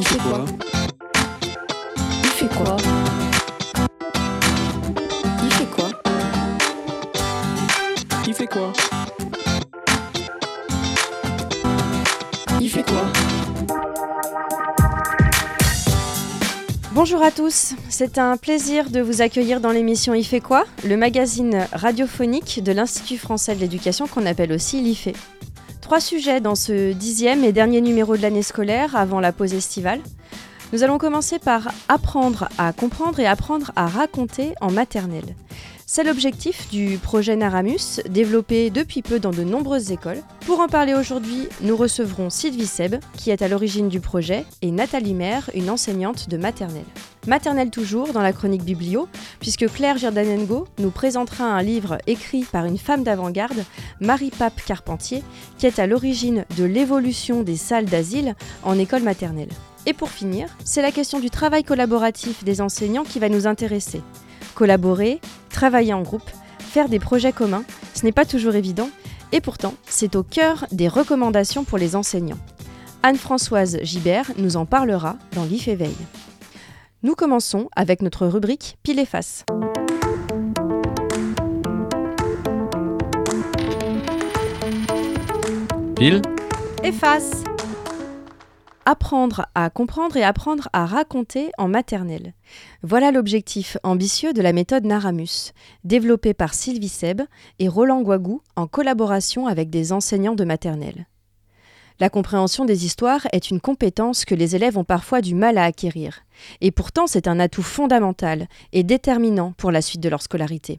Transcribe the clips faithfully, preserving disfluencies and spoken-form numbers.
Il fait quoi? Il fait quoi? Il fait quoi? Il fait quoi? Il fait quoi? Bonjour à tous, c'est un plaisir de vous accueillir dans l'émission Il fait quoi? Le magazine radiophonique de l'Institut français de l'éducation qu'on appelle aussi l'I F E. Trois sujets dans ce dixième et dernier numéro de l'année scolaire avant la pause estivale. Nous allons commencer par apprendre à comprendre et apprendre à raconter en maternelle. C'est l'objectif du projet Naramus, développé depuis peu dans de nombreuses écoles. Pour en parler aujourd'hui, nous recevrons Sylvie Seb, qui est à l'origine du projet, et Nathalie Maire, une enseignante de maternelle. Maternelle toujours, dans la chronique Biblio, puisque Claire Girdanengo nous présentera un livre écrit par une femme d'avant-garde, Marie-Pape Carpentier, qui est à l'origine de l'évolution des salles d'asile en école maternelle. Et pour finir, c'est la question du travail collaboratif des enseignants qui va nous intéresser. Collaborer, travailler en groupe, faire des projets communs, ce n'est pas toujours évident, et pourtant, c'est au cœur des recommandations pour les enseignants. Anne-Françoise Gibert nous en parlera dans l'I F E Veille. Nous commençons avec notre rubrique Pile et Face. Pile et Face. Apprendre à comprendre et apprendre à raconter en maternelle. Voilà l'objectif ambitieux de la méthode Naramus, développée par Sylvie Seb et Roland Guagou en collaboration avec des enseignants de maternelle. La compréhension des histoires est une compétence que les élèves ont parfois du mal à acquérir. Et pourtant, c'est un atout fondamental et déterminant pour la suite de leur scolarité.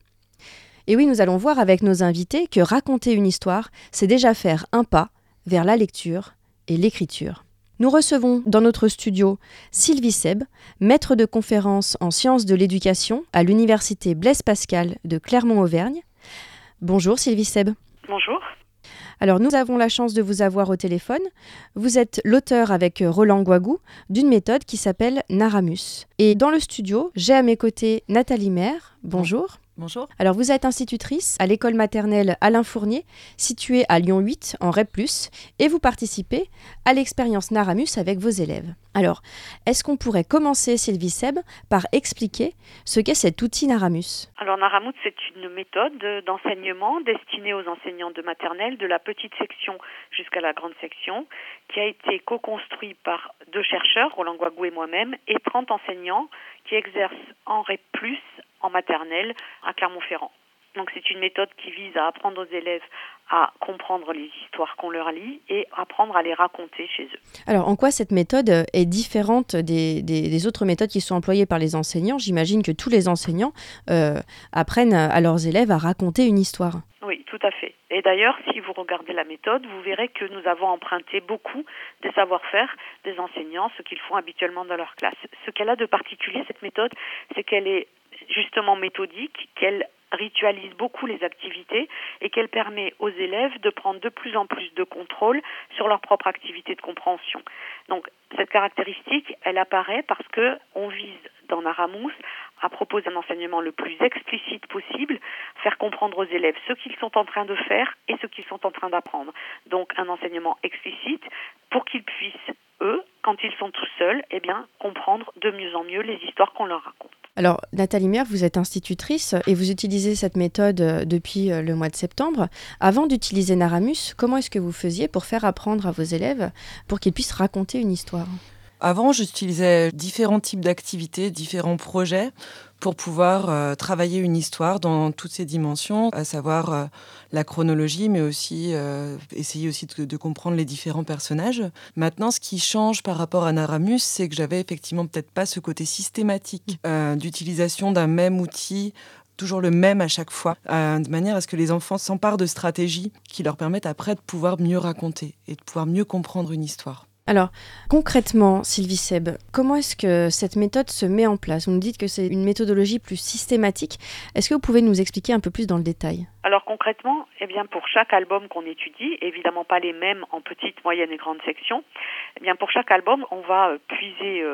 Et oui, nous allons voir avec nos invités que raconter une histoire, c'est déjà faire un pas vers la lecture et l'écriture. Nous recevons dans notre studio Sylvie Seb, maître de conférences en sciences de l'éducation à l'université Blaise Pascal de Clermont-Auvergne. Bonjour Sylvie Seb. Bonjour. Alors nous avons la chance de vous avoir au téléphone. Vous êtes l'auteur avec Roland Guagou d'une méthode qui s'appelle Naramus. Et dans le studio, j'ai à mes côtés Nathalie Maire. Bonjour. Bonjour. Alors vous êtes institutrice à l'école maternelle Alain Fournier, située à Lyon huit en REP plus, et vous participez à l'expérience Naramus avec vos élèves. Alors, est-ce qu'on pourrait commencer, Sylvie Seb, par expliquer ce qu'est cet outil Naramus? Alors Naramus, c'est une méthode d'enseignement destinée aux enseignants de maternelle de la petite section jusqu'à la grande section, qui a été co-construit par deux chercheurs, Roland Guagou et moi-même, et trente enseignants qui exercent en REP plus, en maternelle, à Clermont-Ferrand. Donc c'est une méthode qui vise à apprendre aux élèves à comprendre les histoires qu'on leur lit et apprendre à les raconter chez eux. Alors en quoi cette méthode est différente des, des, des autres méthodes qui sont employées par les enseignants? J'imagine que tous les enseignants euh, apprennent à leurs élèves à raconter une histoire. Oui, tout à fait. Et d'ailleurs, si vous regardez la méthode, vous verrez que nous avons emprunté beaucoup des savoir-faire des enseignants, ce qu'ils font habituellement dans leur classe. Ce qu'elle a de particulier, cette méthode, c'est qu'elle est justement méthodique, qu'elle ritualise beaucoup les activités et qu'elle permet aux élèves de prendre de plus en plus de contrôle sur leur propre activité de compréhension. Donc cette caractéristique, elle apparaît parce que on vise dans Naramus à proposer un enseignement le plus explicite possible, faire comprendre aux élèves ce qu'ils sont en train de faire et ce qu'ils sont en train d'apprendre. Donc un enseignement explicite pour qu'ils puissent, eux, quand ils sont tout seuls, eh bien, comprendre de mieux en mieux les histoires qu'on leur raconte. Alors, Nathalie Maire, vous êtes institutrice et vous utilisez cette méthode depuis le mois de septembre. Avant d'utiliser Naramus, comment est-ce que vous faisiez pour faire apprendre à vos élèves pour qu'ils puissent raconter une histoire? Avant, j'utilisais différents types d'activités, différents projets pour pouvoir euh, travailler une histoire dans toutes ses dimensions, à savoir euh, la chronologie, mais aussi euh, essayer aussi de, de comprendre les différents personnages. Maintenant, ce qui change par rapport à Naramus, c'est que j'avais effectivement peut-être pas ce côté systématique euh, d'utilisation d'un même outil, toujours le même à chaque fois, euh, de manière à ce que les enfants s'emparent de stratégies qui leur permettent après de pouvoir mieux raconter et de pouvoir mieux comprendre une histoire. Alors, concrètement, Sylvie Seb, comment est-ce que cette méthode se met en place? Vous nous dites que c'est une méthodologie plus systématique. Est-ce que vous pouvez nous expliquer un peu plus dans le détail? Alors concrètement, eh bien pour chaque album qu'on étudie, évidemment pas les mêmes en petite, moyenne et grande section, eh bien pour chaque album, on va puiser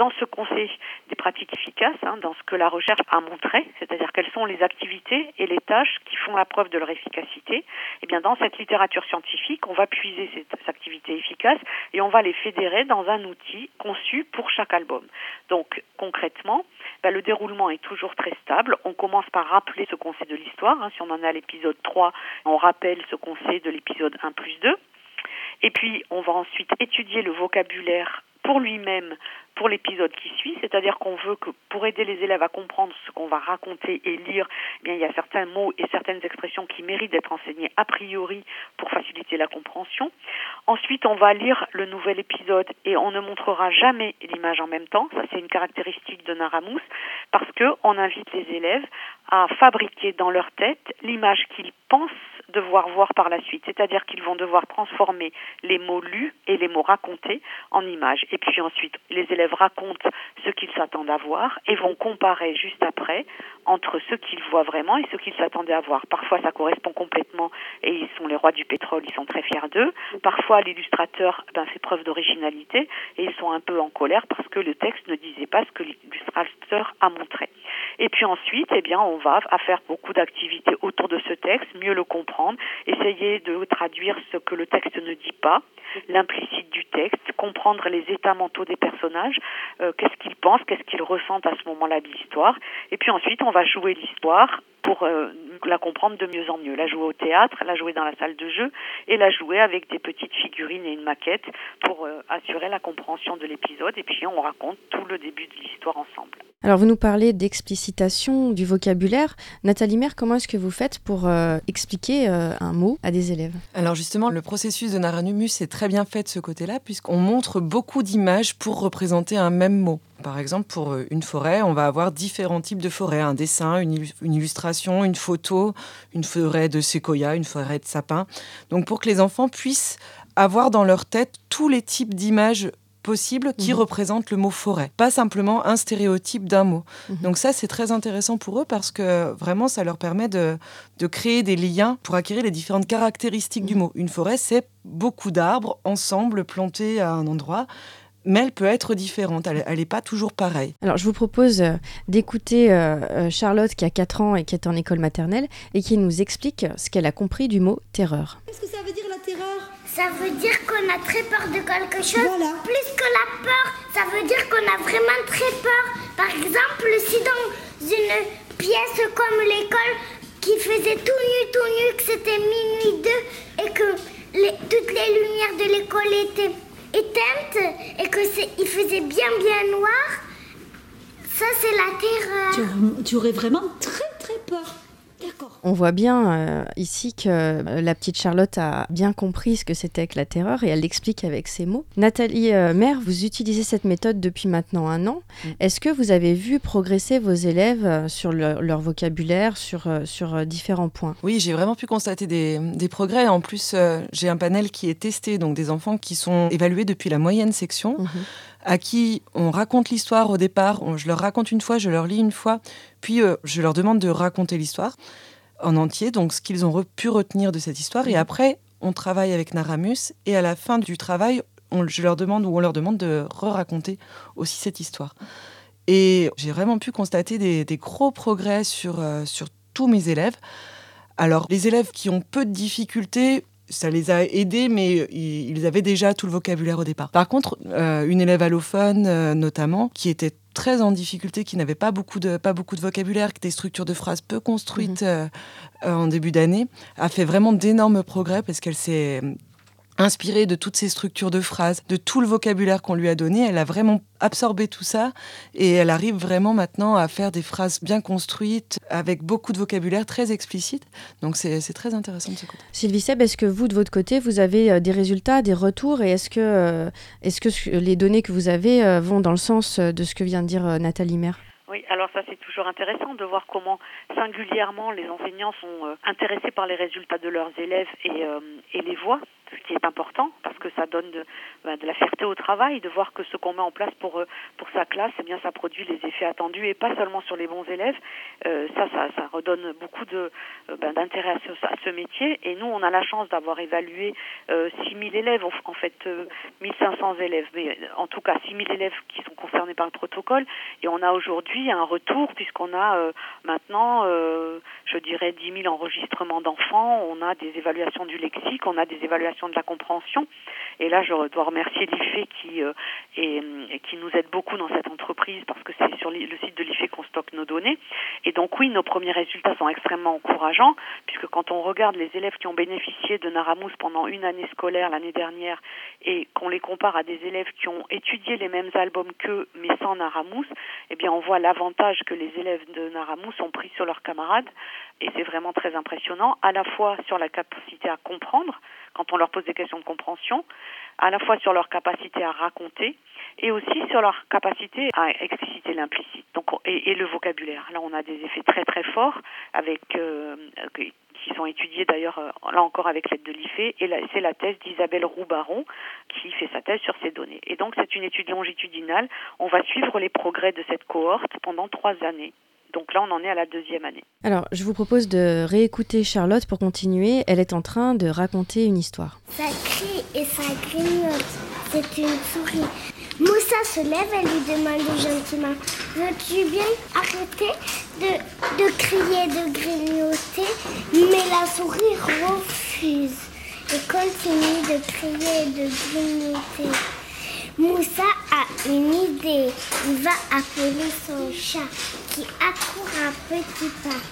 dans ce conseil des pratiques efficaces, hein, dans ce que la recherche a montré, c'est-à-dire quelles sont les activités et les tâches qui font la preuve de leur efficacité, eh bien dans cette littérature scientifique, on va puiser ces, ces activités efficaces et on va les fédérer dans un outil conçu pour chaque album. Donc concrètement, ben, le déroulement est toujours très stable. On commence par rappeler ce qu'on sait de l'histoire. Hein. Si on en est à l'épisode trois, on rappelle ce qu'on sait de l'épisode un plus deux. Et puis, on va ensuite étudier le vocabulaire pour lui-même pour l'épisode qui suit, c'est-à-dire qu'on veut que pour aider les élèves à comprendre ce qu'on va raconter et lire, eh bien, il y a certains mots et certaines expressions qui méritent d'être enseignés a priori pour faciliter la compréhension. Ensuite, on va lire le nouvel épisode et on ne montrera jamais l'image en même temps. Ça, c'est une caractéristique de Naramous parce qu'on invite les élèves à fabriquer dans leur tête l'image qu'ils pensent devoir voir par la suite, c'est-à-dire qu'ils vont devoir transformer les mots lus et les mots racontés en images. Et puis ensuite, les élèves racontent ce qu'ils s'attendent à voir et vont comparer juste après entre ce qu'ils voient vraiment et ce qu'ils s'attendaient à voir. Parfois, ça correspond complètement et ils sont les rois du pétrole, ils sont très fiers d'eux. Parfois, l'illustrateur ben, fait preuve d'originalité et ils sont un peu en colère parce que le texte ne disait pas ce que l'illustrateur a montré. Et puis ensuite, eh bien, on va à faire beaucoup d'activités autour de ce texte, mieux le comprendre, essayer de traduire ce que le texte ne dit pas, l'implicite du texte, comprendre les états mentaux des personnages, euh, qu'est-ce qu'ils pensent, qu'est-ce qu'ils ressentent à ce moment-là de l'histoire. Et puis ensuite, on va jouer l'histoire pour euh, la comprendre de mieux en mieux. La jouer au théâtre, la jouer dans la salle de jeu et la jouer avec des petites figurines et une maquette pour euh, assurer la compréhension de l'épisode. Et puis on raconte tout le début de l'histoire ensemble. Alors vous nous parlez d'explicitation du vocabulaire. Nathalie Maire, comment est-ce que vous faites pour euh, expliquer euh, un mot à des élèves ? Alors justement, le processus de Naramous est très bien fait de ce côté-là puisqu'on montre beaucoup d'images pour représenter un même mot. Par exemple, pour une forêt, on va avoir différents types de forêts. Un dessin, une, une illustration, une photo, une forêt de séquoia, une forêt de sapin. Donc pour que les enfants puissent avoir dans leur tête tous les types d'images possibles qui mmh. représentent le mot forêt. Pas simplement un stéréotype d'un mot. Mmh. Donc ça, c'est très intéressant pour eux parce que vraiment, ça leur permet de, de créer des liens pour acquérir les différentes caractéristiques mmh. du mot. Une forêt, c'est beaucoup d'arbres ensemble plantés à un endroit. Mais elle peut être différente, elle n'est pas toujours pareille. Alors je vous propose euh, d'écouter euh, Charlotte qui a quatre ans et qui est en école maternelle et qui nous explique ce qu'elle a compris du mot terreur. Qu'est-ce que ça veut dire la terreur ? Ça veut dire qu'on a très peur de quelque chose. Voilà. Plus que la peur, ça veut dire qu'on a vraiment très peur. Par exemple, si dans une pièce comme l'école qui faisait tout nu, tout nu, que c'était minuit deux et que les, toutes les lumières de l'école étaient éteinte et que c'est, il faisait bien bien noir, ça c'est la terreur. Tu, tu aurais vraiment très très peur. D'accord. On voit bien euh, ici que euh, la petite Charlotte a bien compris ce que c'était que la terreur et elle l'explique avec ses mots. Nathalie euh, Maire, vous utilisez cette méthode depuis maintenant un an. Mmh. Est-ce que vous avez vu progresser vos élèves euh, sur le, leur vocabulaire, sur, euh, sur euh, différents points ? Oui, j'ai vraiment pu constater des, des progrès. En plus, euh, j'ai un panel qui est testé, donc des enfants qui sont évalués depuis la moyenne section. Mmh. À qui on raconte l'histoire au départ, on, je leur raconte une fois, je leur lis une fois, puis euh, je leur demande de raconter l'histoire en entier, donc ce qu'ils ont re- pu retenir de cette histoire, et après on travaille avec Naramous, et à la fin du travail, on, je leur demande ou on leur demande de re-raconter aussi cette histoire. Et j'ai vraiment pu constater des, des gros progrès sur, euh, sur tous mes élèves. Alors les élèves qui ont peu de difficultés, ça les a aidés, mais ils avaient déjà tout le vocabulaire au départ. Par contre, euh, une élève allophone, euh, notamment, qui était très en difficulté, qui n'avait pas beaucoup de, pas beaucoup de vocabulaire, des structures de phrases peu construites mmh. euh, euh, en début d'année, a fait vraiment d'énormes progrès parce qu'elle s'est inspirée de toutes ces structures de phrases, de tout le vocabulaire qu'on lui a donné. Elle a vraiment absorbé tout ça et elle arrive vraiment maintenant à faire des phrases bien construites avec beaucoup de vocabulaire très explicite. Donc c'est, c'est très intéressant de ce côté. Sylvie Seb, est-ce que vous, de votre côté, vous avez des résultats, des retours et est-ce que, euh, est-ce que les données que vous avez euh, vont dans le sens de ce que vient de dire euh, Nathalie Maire ? Oui, alors ça c'est toujours intéressant de voir comment singulièrement les enseignants sont euh, intéressés par les résultats de leurs élèves et, euh, et les voient. ce qui est important, parce que ça donne de, ben, de la fierté au travail, de voir que ce qu'on met en place pour, pour sa classe, eh bien, ça produit les effets attendus, et pas seulement sur les bons élèves. Euh, ça, ça, ça redonne beaucoup de, ben, d'intérêt à ce, à ce métier. Et nous, on a la chance d'avoir évalué euh, six mille élèves, en fait euh, mille cinq cents élèves, mais en tout cas six mille élèves qui sont concernés par le protocole. Et on a aujourd'hui un retour, puisqu'on a euh, maintenant, euh, je dirais, dix mille enregistrements d'enfants, on a des évaluations du lexique, on a des évaluations de la compréhension. Et là, je dois remercier l'I F E qui, euh, et, et qui nous aide beaucoup dans cette entreprise, parce que c'est sur le site de l'I F E qu'on stocke nos données. Et donc oui, nos premiers résultats sont extrêmement encourageants, puisque quand on regarde les élèves qui ont bénéficié de Naramous pendant une année scolaire l'année dernière, et qu'on les compare à des élèves qui ont étudié les mêmes albums qu'eux, mais sans Naramous, eh bien on voit l'avantage que les élèves de Naramous ont pris sur leurs camarades, et c'est vraiment très impressionnant, à la fois sur la capacité à comprendre, quand on leur pose des questions de compréhension, à la fois sur leur capacité à raconter, et aussi sur leur capacité à expliciter l'implicite, donc, et, et le vocabulaire. Là, on a des effets très très forts, avec euh, qui sont étudiés d'ailleurs, euh, là encore avec l'aide de l'I F E, et là, c'est la thèse d'Isabelle Roux-Baron qui fait sa thèse sur ces données. Et donc, c'est une étude longitudinale. On va suivre les progrès de cette cohorte pendant trois années. Donc là, on en est à la deuxième année. Alors, je vous propose de réécouter Charlotte pour continuer. Elle est en train de raconter une histoire. Ça crie et ça grignote. C'est une souris. Moussa se lève et lui demande gentiment « Veux-tu bien arrêter de, de crier, de grignoter ?» Mais la souris refuse et continue de crier et de grignoter. Moussa a une idée. Il va appeler son chat qui accourt à petits pas.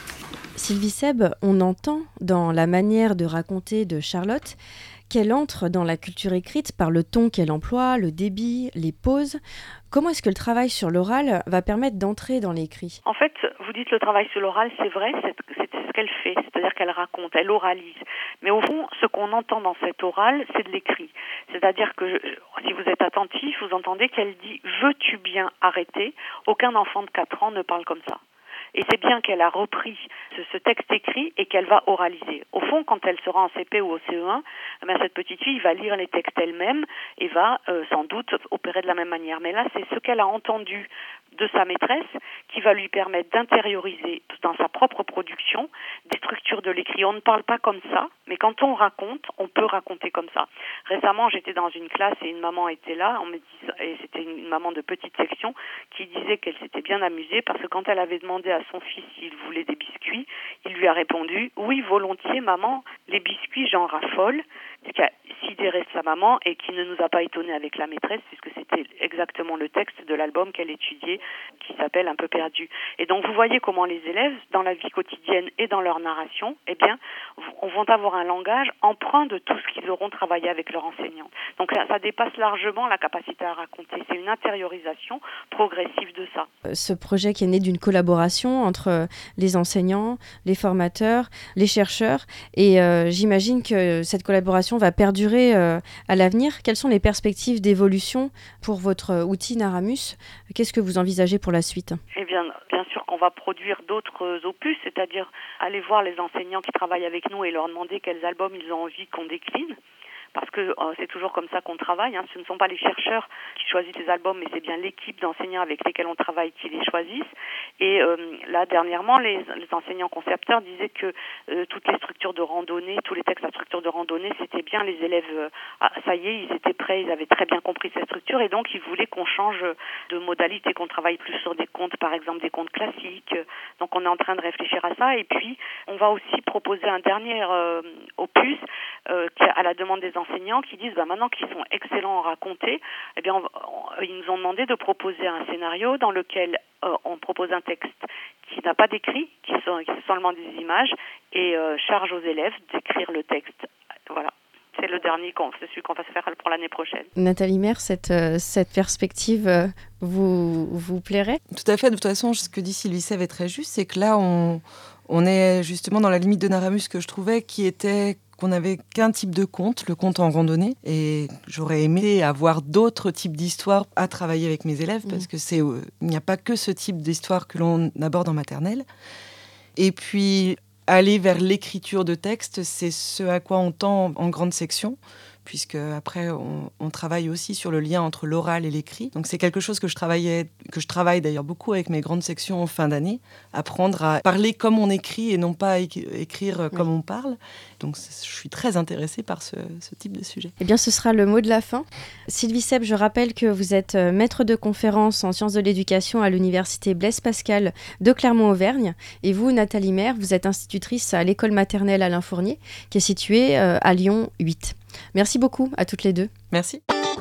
Sylvie Seb, on entend dans la manière de raconter de Charlotte qu'elle entre dans la culture écrite par le ton qu'elle emploie, le débit, les pauses. Comment est-ce que le travail sur l'oral va permettre d'entrer dans l'écrit ? En fait, vous dites le travail sur l'oral, c'est vrai, c'est, c'est ce qu'elle fait, c'est-à-dire qu'elle raconte, elle oralise. Mais au fond, ce qu'on entend dans cet oral, c'est de l'écrit. C'est-à-dire que je, si vous êtes attentif, vous entendez qu'elle dit « Veux-tu bien arrêter ?» Aucun enfant de quatre ans ne parle comme ça. Et c'est bien qu'elle a repris ce, ce texte écrit et qu'elle va oraliser. Au fond, quand elle sera en C P ou au C E un, eh bien, cette petite fille va lire les textes elle-même et va euh, sans doute opérer de la même manière. Mais là, c'est ce qu'elle a entendu de sa maîtresse qui va lui permettre d'intérioriser dans sa propre production des structures de l'écrit. On ne parle pas comme ça, mais quand on raconte, on peut raconter comme ça. Récemment, j'étais dans une classe et une maman était là, on me dit, et c'était une maman de petite section qui disait qu'elle s'était bien amusée parce que quand elle avait demandé à son fils s'il voulait des biscuits, il lui a répondu « Oui, volontiers, maman, les biscuits, j'en raffole », ce qui a sidéré sa maman et qui ne nous a pas étonné avec la maîtresse puisque c'était exactement le texte de l'album qu'elle étudiait qui s'appelle « Un peu perdu ». Et donc vous voyez comment les élèves, dans la vie quotidienne et dans leur narration, eh bien, vont avoir un langage empreint de tout ce qu'ils auront travaillé avec leur enseignant. Donc ça, ça dépasse largement la capacité à raconter. C'est une intériorisation progressive de ça. Ce projet qui est né d'une collaboration entre les enseignants, les formateurs, les chercheurs, et euh, j'imagine que cette collaboration va perdurer euh, à l'avenir. Quelles sont les perspectives d'évolution pour votre outil Naramus ? Qu'est-ce que vous envisagez pour la suite ? Eh bien, bien sûr qu'on va produire d'autres opus, c'est-à-dire aller voir les enseignants qui travaillent avec nous et leur demander quels albums ils ont envie qu'on décline. Parce que euh, c'est toujours comme ça qu'on travaille. Hein. Ce ne sont pas les chercheurs qui choisissent les albums, mais c'est bien l'équipe d'enseignants avec lesquels on travaille qui les choisissent. Et euh, là, dernièrement, les, les enseignants concepteurs disaient que euh, toutes les structures de randonnée, tous les textes à structure de randonnée, c'était bien. Les élèves, euh, ah, ça y est, ils étaient prêts, ils avaient très bien compris cette structure. Et donc, ils voulaient qu'on change de modalité, qu'on travaille plus sur des contes, par exemple, des contes classiques. Donc, on est en train de réfléchir à ça. Et puis, on va aussi proposer un dernier euh, opus euh, qui, à la demande des enseignants qui disent bah, maintenant qu'ils sont excellents en raconter, eh bien on, on, ils nous ont demandé de proposer un scénario dans lequel euh, on propose un texte qui n'a pas d'écrit, qui sont, qui sont seulement des images et euh, charge aux élèves d'écrire le texte. Voilà. C'est le dernier, c'est celui qu'on va se faire pour l'année prochaine. Nathalie Maire, cette, euh, cette perspective euh, vous, vous plairait ? Tout à fait. De toute façon, ce que dit Sylvie Seb est très juste, c'est que là, on, on est justement dans la limite de Naramus que je trouvais qui était qu'on n'avait qu'un type de conte, le conte en randonnée. Et j'aurais aimé avoir d'autres types d'histoires à travailler avec mes élèves, mmh. parce que c'est, euh, il n'y a pas que ce type d'histoire que l'on aborde en maternelle. Et puis, aller vers l'écriture de texte, c'est ce à quoi on tend en grande section, puisque après on, on travaille aussi sur le lien entre l'oral et l'écrit. Donc c'est quelque chose que je travaillais, que je travaille d'ailleurs beaucoup avec mes grandes sections en fin d'année, apprendre à parler comme on écrit et non pas écrire comme oui. on parle. Donc je suis très intéressée par ce, ce type de sujet. Eh bien ce sera le mot de la fin. Sylvie Seb, je rappelle que vous êtes maître de conférence en sciences de l'éducation à l'université Blaise Pascal de Clermont-Auvergne. Et vous, Nathalie Maire, vous êtes institutrice à l'école maternelle Alain Fournier, qui est située euh, à Lyon huit. Merci beaucoup à toutes les deux. Merci.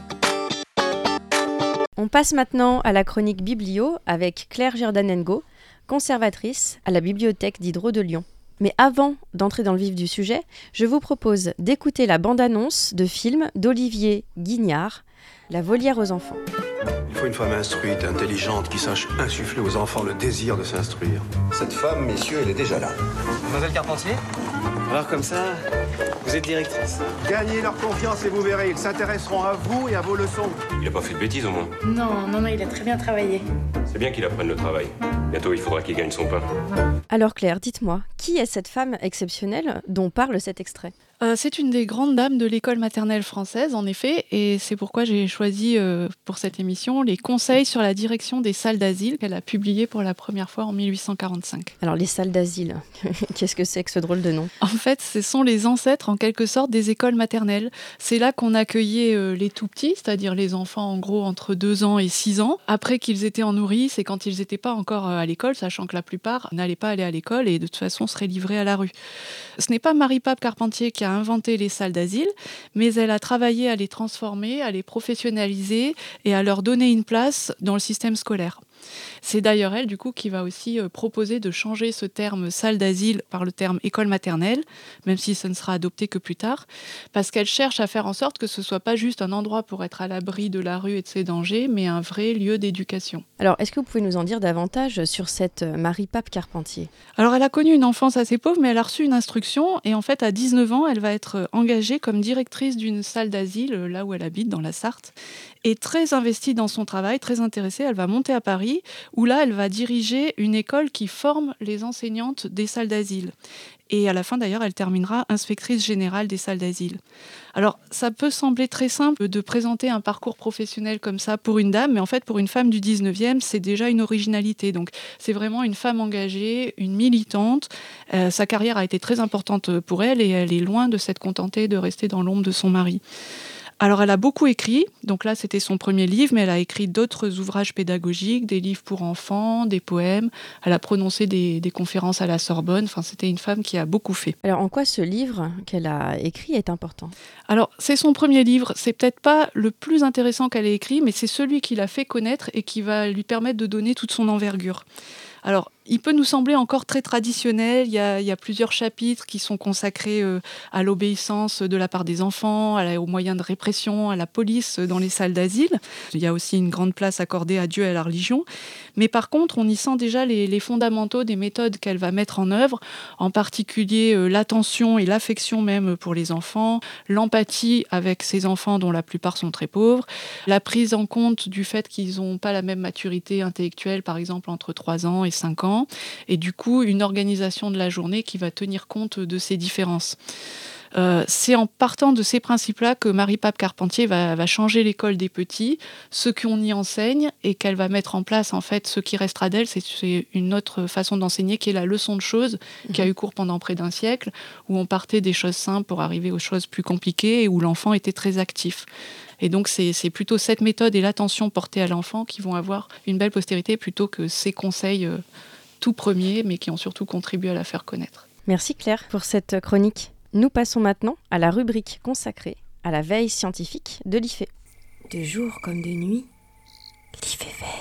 On passe maintenant à la chronique Biblio avec Claire Giordanengo, conservatrice à la bibliothèque Diderot de Lyon. Mais avant d'entrer dans le vif du sujet, je vous propose d'écouter la bande-annonce de film d'Olivier Guignard, La volière aux enfants. Il faut une femme instruite, intelligente, qui sache insuffler aux enfants le désir de s'instruire. Cette femme, messieurs, elle est déjà là. Mademoiselle Carpentier ? Alors comme ça, vous êtes directrice. Gagnez leur confiance et vous verrez, ils s'intéresseront à vous et à vos leçons. Il a pas fait de bêtises au moins? Non, non, non, il a très bien travaillé. C'est bien qu'il apprenne le travail. Bientôt, il faudra qu'il gagne son pain. Alors Claire, dites-moi, qui est cette femme exceptionnelle dont parle cet extrait ? Euh, c'est une des grandes dames de l'école maternelle française, en effet, et c'est pourquoi j'ai choisi euh, pour cette émission les conseils sur la direction des salles d'asile qu'elle a publiés pour la première fois en mille huit cent quarante-cinq. Alors les salles d'asile, qu'est-ce que c'est que ce drôle de nom ? En fait, ce sont les ancêtres en quelque sorte des écoles maternelles. C'est là qu'on accueillait euh, les tout-petits, c'est-à-dire les enfants en gros entre deux ans et six ans, après qu'ils étaient en nourrice et quand ils n'étaient pas encore euh, à l'école, sachant que la plupart n'allaient pas aller à l'école et de toute façon seraient livrés à la rue. Ce n'est pas Marie-Pape Carpentier qui a inventé les salles d'asile, mais elle a travaillé à les transformer, à les professionnaliser et à leur donner une place dans le système scolaire. C'est d'ailleurs elle, du coup, qui va aussi euh, proposer de changer ce terme salle d'asile par le terme école maternelle, même si ça ne sera adopté que plus tard, parce qu'elle cherche à faire en sorte que ce ne soit pas juste un endroit pour être à l'abri de la rue et de ses dangers, mais un vrai lieu d'éducation. Alors, est-ce que vous pouvez nous en dire davantage sur cette Marie-Pape Carpentier ? Alors, elle a connu une enfance assez pauvre, mais elle a reçu une instruction, et en fait, à dix-neuf ans, elle va être engagée comme directrice d'une salle d'asile, là où elle habite, dans la Sarthe, et très investie dans son travail, très intéressée. Elle va monter à Paris, où là, elle va diriger une école qui forme les enseignantes des salles d'asile. Et à la fin, d'ailleurs, elle terminera inspectrice générale des salles d'asile. Alors, ça peut sembler très simple de présenter un parcours professionnel comme ça pour une dame, mais en fait, pour une femme du dix-neuvième, c'est déjà une originalité. Donc, c'est vraiment une femme engagée, une militante. Euh, sa carrière a été très importante pour elle et elle est loin de s'être contentée de rester dans l'ombre de son mari. Alors, elle a beaucoup écrit, donc là, c'était son premier livre, mais elle a écrit d'autres ouvrages pédagogiques, des livres pour enfants, des poèmes. Elle a prononcé des, des conférences à la Sorbonne. Enfin, c'était une femme qui a beaucoup fait. Alors, en quoi ce livre qu'elle a écrit est important ? Alors, c'est son premier livre. C'est peut-être pas le plus intéressant qu'elle ait écrit, mais c'est celui qui l'a fait connaître et qui va lui permettre de donner toute son envergure. Alors, il peut nous sembler encore très traditionnel. Il y a, il y a plusieurs chapitres qui sont consacrés euh, à l'obéissance de la part des enfants, à la, aux moyens de répression, à la police dans les salles d'asile. Il y a aussi une grande place accordée à Dieu et à la religion. Mais par contre, on y sent déjà les, les fondamentaux des méthodes qu'elle va mettre en œuvre, en particulier euh, l'attention et l'affection même pour les enfants, l'empathie avec ces enfants dont la plupart sont très pauvres, la prise en compte du fait qu'ils n'ont pas la même maturité intellectuelle, par exemple entre trois ans et cinq ans, et du coup une organisation de la journée qui va tenir compte de ces différences. Euh, c'est en partant de ces principes-là que Marie-Pape Carpentier va, va changer l'école des petits, ce qu'on y enseigne, et qu'elle va mettre en place, en fait, ce qui restera d'elle, c'est, c'est une autre façon d'enseigner qui est la leçon de choses, mmh. qui a eu cours pendant près d'un siècle, où on partait des choses simples pour arriver aux choses plus compliquées, et où l'enfant était très actif. Et donc, c'est, c'est plutôt cette méthode et l'attention portée à l'enfant qui vont avoir une belle postérité, plutôt que ces conseils euh, tout premiers, mais qui ont surtout contribué à la faire connaître. Merci Claire pour cette chronique. Nous passons maintenant à la rubrique consacrée à la veille scientifique de l'I F E. De jour comme de nuit, l'I F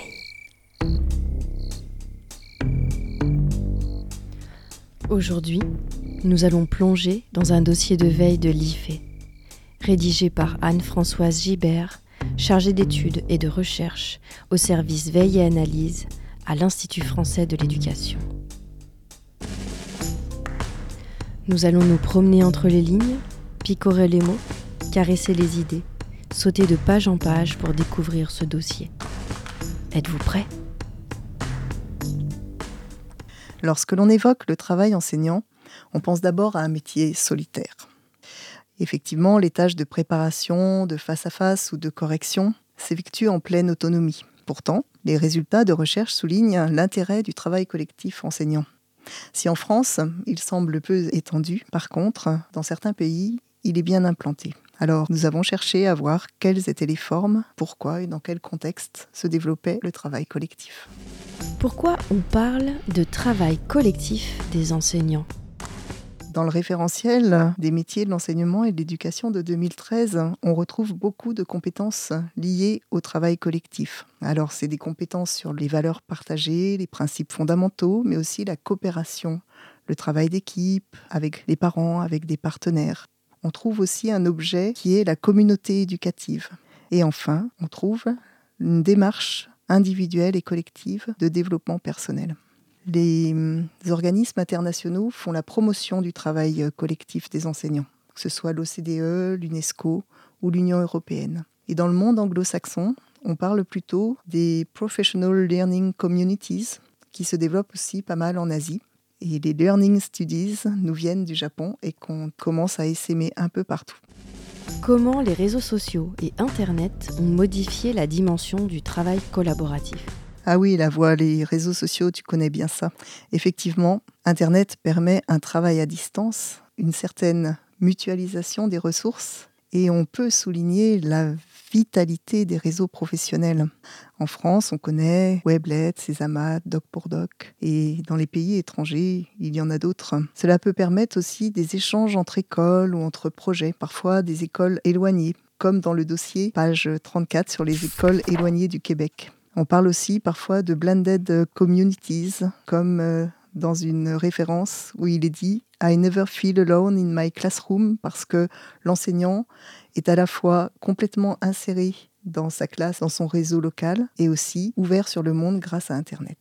E veille. Aujourd'hui, nous allons plonger dans un dossier de veille de l'I F E, rédigé par Anne-Françoise Gibert, chargée d'études et de recherche au service Veille et Analyse à l'Institut français de l'éducation. Nous allons nous promener entre les lignes, picorer les mots, caresser les idées, sauter de page en page pour découvrir ce dossier. Êtes-vous prêts ? Lorsque l'on évoque le travail enseignant, On pense d'abord à un métier solitaire. Effectivement, les tâches de préparation, de face-à-face ou de correction s'effectuent en pleine autonomie. Pourtant, les résultats de recherche soulignent l'intérêt du travail collectif enseignant. Si en France, il semble peu étendu, par contre, dans certains pays, il est bien implanté. Alors, nous avons cherché à voir quelles étaient les formes, pourquoi et dans quel contexte se développait le travail collectif. Pourquoi on parle de travail collectif des enseignants ? Dans le référentiel des métiers de l'enseignement et de l'éducation de deux mille treize, on retrouve beaucoup de compétences liées au travail collectif. Alors, c'est des compétences sur les valeurs partagées, les principes fondamentaux, mais aussi la coopération, le travail d'équipe, avec les parents, avec des partenaires. On trouve aussi un objet qui est la communauté éducative. Et enfin, on trouve une démarche individuelle et collective de développement personnel. Les organismes internationaux font la promotion du travail collectif des enseignants, que ce soit l'O C D E, l'UNESCO ou l'Union européenne. Et dans le monde anglo-saxon, on parle plutôt des Professional Learning Communities, qui se développent aussi pas mal en Asie. Et les Learning Studies nous viennent du Japon et qu'on commence à essaimer un peu partout. Comment les réseaux sociaux et Internet ont modifié la dimension du travail collaboratif ? Ah oui, la voix, les réseaux sociaux, tu connais bien ça. Effectivement, Internet permet un travail à distance, une certaine mutualisation des ressources et on peut souligner la vitalité des réseaux professionnels. En France, on connaît Weblet, Césamat, Doc pour Doc. Et dans les pays étrangers, il y en a d'autres. Cela peut permettre aussi des échanges entre écoles ou entre projets, parfois des écoles éloignées, comme dans le dossier, page trente-quatre, sur les écoles éloignées du Québec. On parle aussi parfois de blended communities, comme euh, dans une référence où il est dit « I never feel alone in my classroom » parce que l'enseignant est à la fois complètement inséré dans sa classe, dans son réseau local, et aussi ouvert sur le monde grâce à Internet.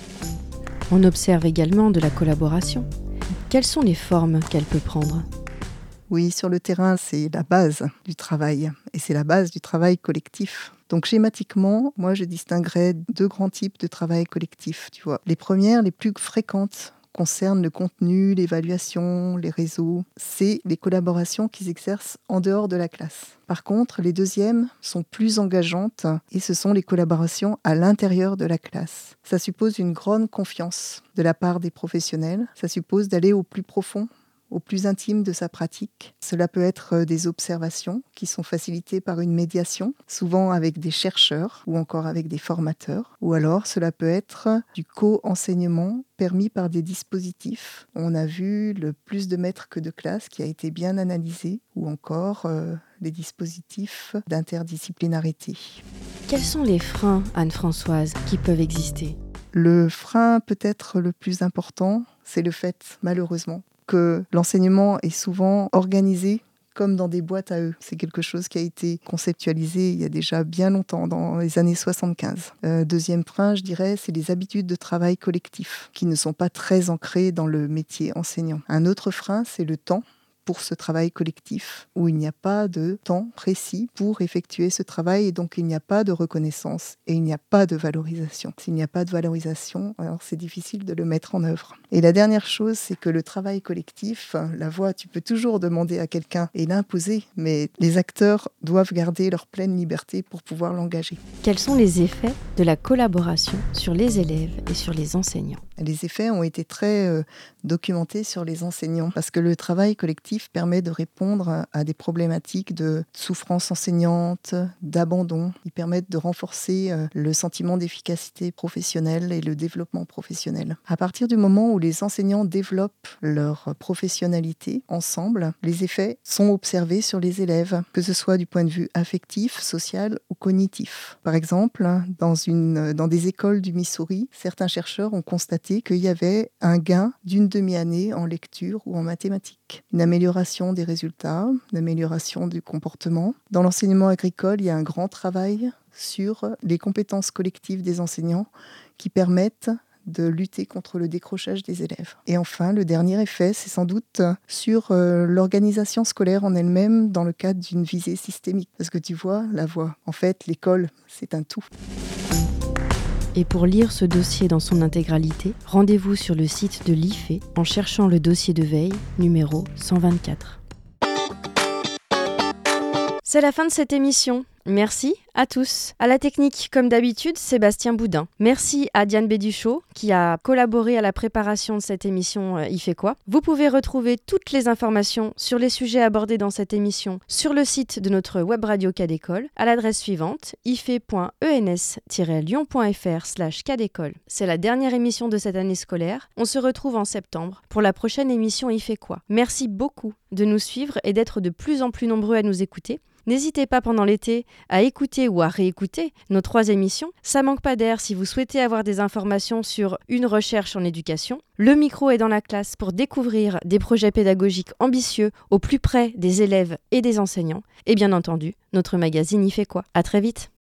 On observe également de la collaboration. Quelles sont les formes qu'elle peut prendre ? Oui, sur le terrain, c'est la base du travail, et c'est la base du travail collectif. Donc schématiquement, moi je distinguerais deux grands types de travail collectif, tu vois. Les premières, les plus fréquentes, concernent le contenu, l'évaluation, les réseaux. C'est les collaborations qui s'exercent en dehors de la classe. Par contre, les deuxièmes sont plus engageantes et ce sont les collaborations à l'intérieur de la classe. Ça suppose une grande confiance de la part des professionnels. Ça suppose d'aller au plus profond, au plus intime de sa pratique. Cela peut être des observations qui sont facilitées par une médiation, souvent avec des chercheurs ou encore avec des formateurs. Ou alors cela peut être du co-enseignement permis par des dispositifs. On a vu le plus de maîtres que de classe qui a été bien analysé, ou encore euh, les dispositifs d'interdisciplinarité. Quels sont les freins, Anne-Françoise, qui peuvent exister ? Le frein peut-être le plus important, c'est le fait, malheureusement, que l'enseignement est souvent organisé comme dans des boîtes à eux. C'est quelque chose qui a été conceptualisé il y a déjà bien longtemps, dans les années soixante-quinze. Euh, deuxième frein, je dirais, c'est les habitudes de travail collectif, qui ne sont pas très ancrées dans le métier enseignant. Un autre frein, c'est le temps pour ce travail collectif, où il n'y a pas de temps précis pour effectuer ce travail, et donc il n'y a pas de reconnaissance et il n'y a pas de valorisation. S'il n'y a pas de valorisation, alors c'est difficile de le mettre en œuvre. Et la dernière chose, c'est que le travail collectif, la voix, tu peux toujours demander à quelqu'un et l'imposer, mais les acteurs doivent garder leur pleine liberté pour pouvoir l'engager. Quels sont les effets de la collaboration sur les élèves et sur les enseignants ? Les effets ont été très euh, documentés sur les enseignants parce que le travail collectif permet de répondre à des problématiques de souffrance enseignante, d'abandon. Ils permettent de renforcer euh, le sentiment d'efficacité professionnelle et le développement professionnel. À partir du moment où les enseignants développent leur professionnalité ensemble, les effets sont observés sur les élèves, que ce soit du point de vue affectif, social ou cognitif. Par exemple, dans, une, dans des écoles du Missouri, certains chercheurs ont constaté qu'il y avait un gain d'une demi-année en lecture ou en mathématiques. Une amélioration des résultats, une amélioration du comportement. Dans l'enseignement agricole, il y a un grand travail sur les compétences collectives des enseignants qui permettent de lutter contre le décrochage des élèves. Et enfin, le dernier effet, c'est sans doute sur euh, l'organisation scolaire en elle-même dans le cadre d'une visée systémique. Parce que tu vois, la voix, en fait, l'école, c'est un tout. Et pour lire ce dossier dans son intégralité, rendez-vous sur le site de l'I F E en cherchant le dossier de veille numéro cent vingt-quatre. C'est la fin de cette émission. Merci à tous. À la technique, comme d'habitude, Sébastien Boudin. Merci à Diane Béduchot qui a collaboré à la préparation de cette émission euh, Il fait quoi. Vous pouvez retrouver toutes les informations sur les sujets abordés dans cette émission sur le site de notre web radio Cadécole à l'adresse suivante ife point e n s tiret lyon point f r slash cadécole. C'est la dernière émission de cette année scolaire. On se retrouve en septembre pour la prochaine émission Il fait quoi. Merci beaucoup de nous suivre et d'être de plus en plus nombreux à nous écouter. N'hésitez pas pendant l'été à écouter ou à réécouter nos trois émissions. Ça manque pas d'air si vous souhaitez avoir des informations sur une recherche en éducation. Le micro est dans la classe pour découvrir des projets pédagogiques ambitieux au plus près des élèves et des enseignants. Et bien entendu, notre magazine Il fait quoi. À très vite.